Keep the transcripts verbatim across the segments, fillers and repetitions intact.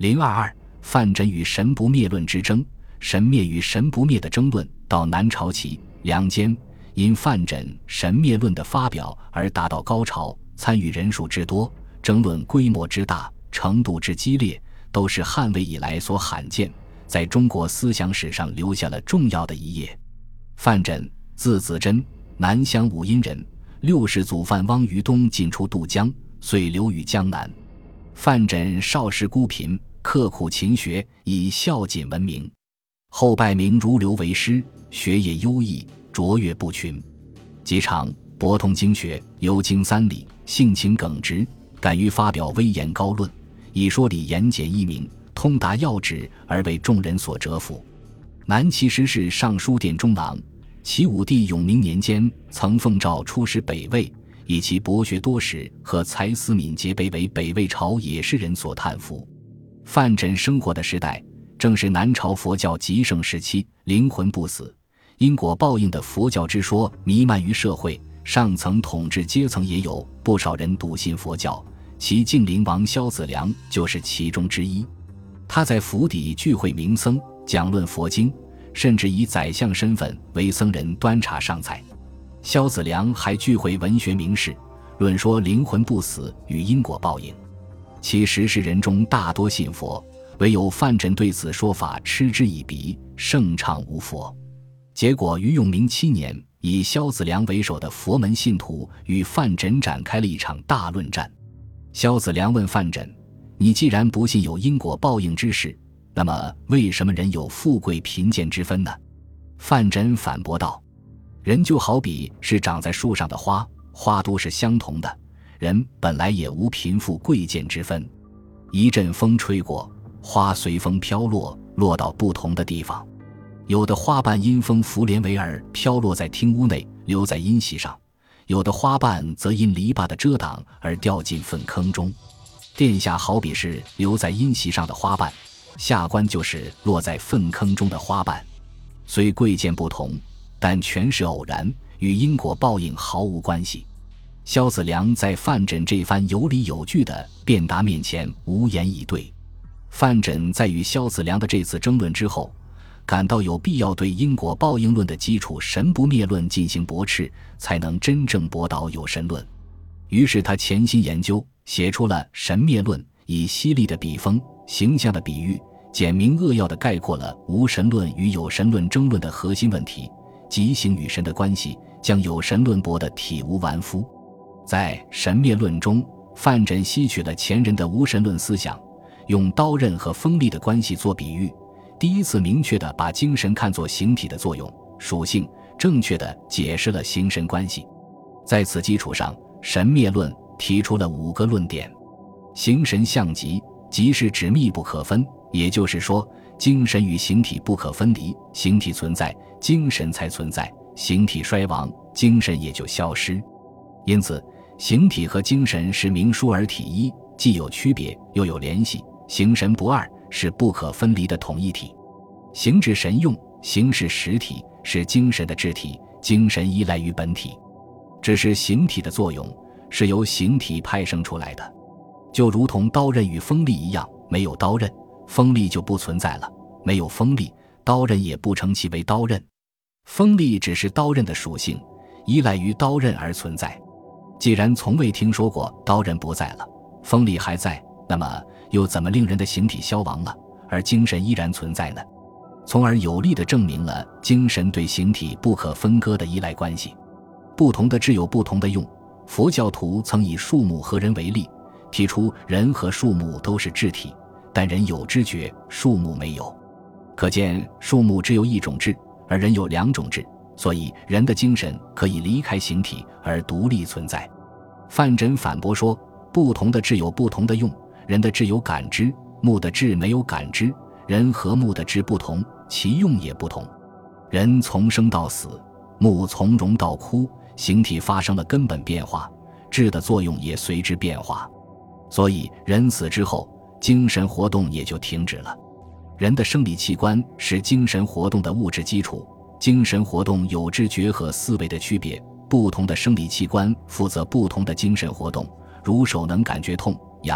零二二范缜与神不灭论之争。神灭与神不灭的争论到南朝齐梁间，因范缜神灭论的发表而达到高潮，参与人数之多，争论规模之大，程度之激烈，都是汉魏以来所罕见，在中国思想史上留下了重要的一页。范缜，字子真，南乡武阴人，六世祖范汪于东进出渡江，遂留于江南。范缜少时孤贫，刻苦勤学，以孝谨闻名。后拜名如流为师，学业优异，卓越不群。及长，博通经学，游经三礼，性情耿直，敢于发表威严高论，以说理言简易明，通达要旨，而为众人所折服。南齐时是尚书殿中郎，齐武帝永明年间曾奉诏出使北魏，以其博学多识和才思敏捷被为北魏朝野士人所叹服。范缜生活的时代正是南朝佛教极盛时期，灵魂不死、因果报应的佛教之说弥漫于社会，上层统治阶层也有不少人笃信佛教，其晋灵王萧子良就是其中之一。他在府邸聚会名僧，讲论佛经，甚至以宰相身份为僧人端茶上菜。萧子良还聚会文学名士，论说灵魂不死与因果报应。其实世人中大多信佛，唯有范缜对此说法嗤之以鼻，盛畅无佛。结果于永明七年，以萧子良为首的佛门信徒与范缜展开了一场大论战。萧子良问范缜，你既然不信有因果报应之事，那么为什么人有富贵贫贱之分呢？范缜反驳道，人就好比是长在树上的花，花都是相同的，人本来也无贫富贵贱之分。一阵风吹过，花随风飘落，落到不同的地方。有的花瓣因风拂帘为而飘落在厅屋内，留在阴席上；有的花瓣则因篱笆的遮挡而掉进粪坑中。殿下好比是留在阴席上的花瓣，下官就是落在粪坑中的花瓣。虽贵贱不同，但全是偶然，与因果报应毫无关系。萧子良在范缜这番有理有据的辩答面前无言以对。范缜在与萧子良的这次争论之后，感到有必要对因果报应论的基础神不灭论进行驳斥，才能真正驳倒有神论。于是他潜心研究，写出了《神灭论》，以犀利的笔锋、形象的比喻，简明扼要地概括了无神论与有神论争论的核心问题，即形与神的关系，将有神论驳得体无完肤。在《神灭论》中，范缜吸取了前人的无神论思想，用刀刃和锋利的关系做比喻，第一次明确地把精神看作形体的作用、属性，正确地解释了形神关系。在此基础上，《神灭论》提出了五个论点。形神相即，即是指密不可分，也就是说，精神与形体不可分离，形体存在，精神才存在，形体衰亡，精神也就消失。因此，形体和精神是明殊而体一，既有区别又有联系，形神不二，是不可分离的统一体。形治神用，形是实体，是精神的质体，精神依赖于本体。只是形体的作用是由形体派生出来的，就如同刀刃与锋利一样，没有刀刃，锋利就不存在了；没有锋利，刀刃也不称其为刀刃。锋利只是刀刃的属性，依赖于刀刃而存在。既然从未听说过刀刃不在了，锋利还在，那么又怎么令人的形体消亡了，而精神依然存在呢？从而有力地证明了精神对形体不可分割的依赖关系。不同的智有不同的用。佛教徒曾以树木和人为例，提出人和树木都是质体，但人有知觉，树木没有。可见树木只有一种质，而人有两种质，所以人的精神可以离开形体而独立存在。范缜反驳说，不同的质有不同的用，人的质有感知，木的质没有感知，人和木的质不同，其用也不同。人从生到死，木从荣到枯，形体发生了根本变化，质的作用也随之变化。所以人死之后，精神活动也就停止了。人的生理器官是精神活动的物质基础，精神活动有知觉和思维的区别，不同的生理器官负责不同的精神活动，如手能感觉痛、痒，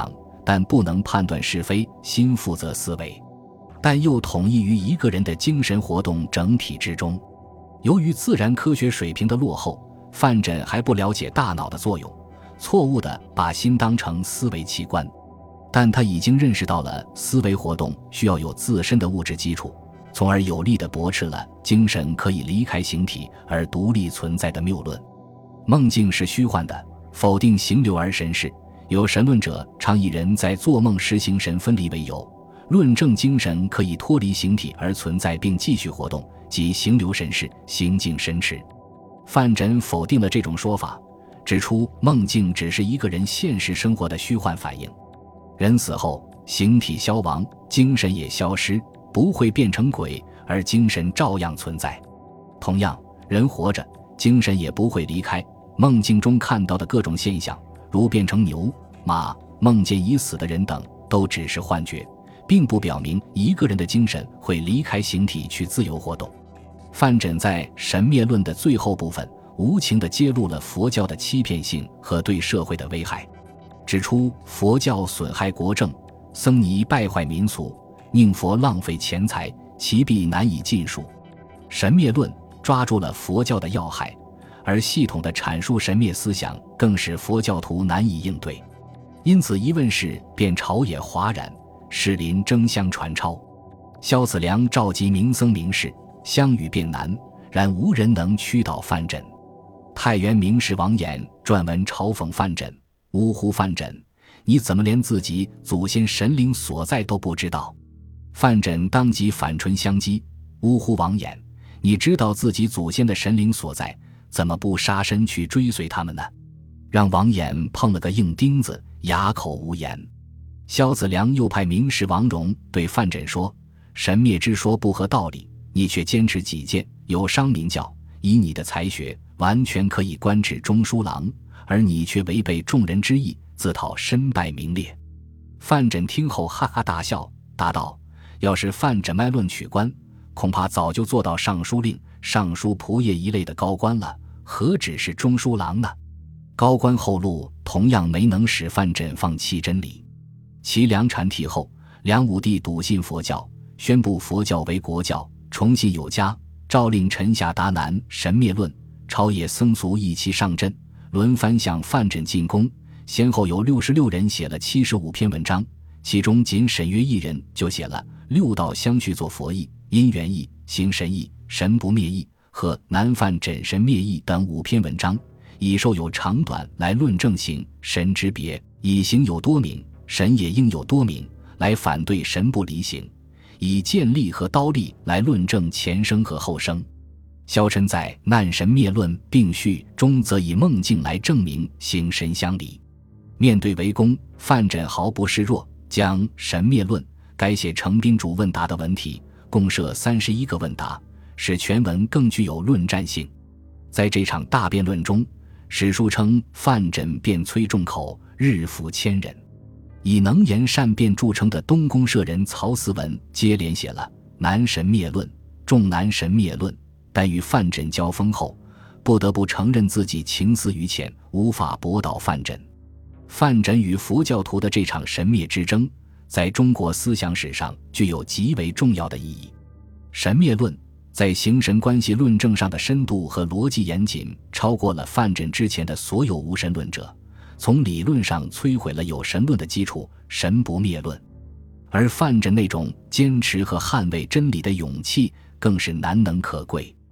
但不能判断是非，心负责思维，但又统一于一个人的精神活动整体之中。由于自然科学水平的落后，范缜还不了解大脑的作用，错误地把心当成思维器官。但他已经认识到了思维活动需要有自身的物质基础，从而有力地驳斥了精神可以离开形体而独立存在的谬论。梦境是虚幻的，否定形流而神是。有神论者常以人在做梦时形神分离为由，论证精神可以脱离形体而存在并继续活动，即形流神是，形境神驰。范缜否定了这种说法，指出梦境只是一个人现实生活的虚幻反应。人死后，形体消亡，精神也消失，不会变成鬼，而精神照样存在。同样，人活着，精神也不会离开。梦境中看到的各种现象，如变成牛、马、梦见已死的人等，都只是幻觉，并不表明一个人的精神会离开形体去自由活动。范缜在神灭论的最后部分，无情地揭露了佛教的欺骗性和对社会的危害，指出佛教损害国政，僧尼败坏民俗，宁佛浪费钱财，其弊难以尽数。神灭论抓住了佛教的要害，而系统的阐述神灭思想更使佛教徒难以应对，因此一问世便朝野哗然，士林争相传抄。萧子良召集名僧名士，相与辩难，然无人能驱倒范缜。太原名士王衍撰文嘲讽范缜，呜呼范缜，你怎么连自己祖先神灵所在都不知道？范缜当即反唇相讥，呜呼王衍，你知道自己祖先的神灵所在，怎么不杀身去追随他们呢？让王衍碰了个硬钉子，哑口无言。萧子良又派名士王荣对范缜说，神灭之说不合道理，你却坚持己见，有伤民教，以你的才学完全可以官至中书郎，而你却违背众人之意，自讨身败名裂。范缜听后哈哈大笑，答道，要是范缜卖论取官，恐怕早就做到尚书令、尚书仆射一类的高官了，何止是中书郎呢？高官厚禄同样没能使范缜放弃真理。其梁禅替后，梁武帝笃信佛教，宣布佛教为国教，崇信有加，诏令臣下达南神灭论，朝野僧俗一齐上阵，轮番向范缜进攻，先后有六十六人写了七十五篇文章，其中仅沈约一人就写了六道相续作佛义、因缘义、行神义、神不灭义和南范缜神灭义等五篇文章，以授有长短来论证行神之别，以行有多名，神也应有多名，来反对神不离行，以剑力和刀力来论证前生和后生。萧琛在《难神灭论并序》中则以梦境来证明行神相离。面对围攻，范缜毫不示弱，将《神灭论》改写成宾主问答的文体，共设三十一个问答，使全文更具有论战性。在这场大辩论中，史书称范缜辩摧众口，日服千人。以能言善辩著称的东宫舍人曹思文接连写了《南神灭论》《众南神灭论》，但与范缜交锋后，不得不承认自己情思于浅，无法驳倒范缜。范缜与佛教徒的这场神灭之争，在中国思想史上具有极为重要的意义。神灭论在形神关系论证上的深度和逻辑严谨，超过了范缜之前的所有无神论者，从理论上摧毁了有神论的基础神不灭论。而范缜那种坚持和捍卫真理的勇气更是难能可贵。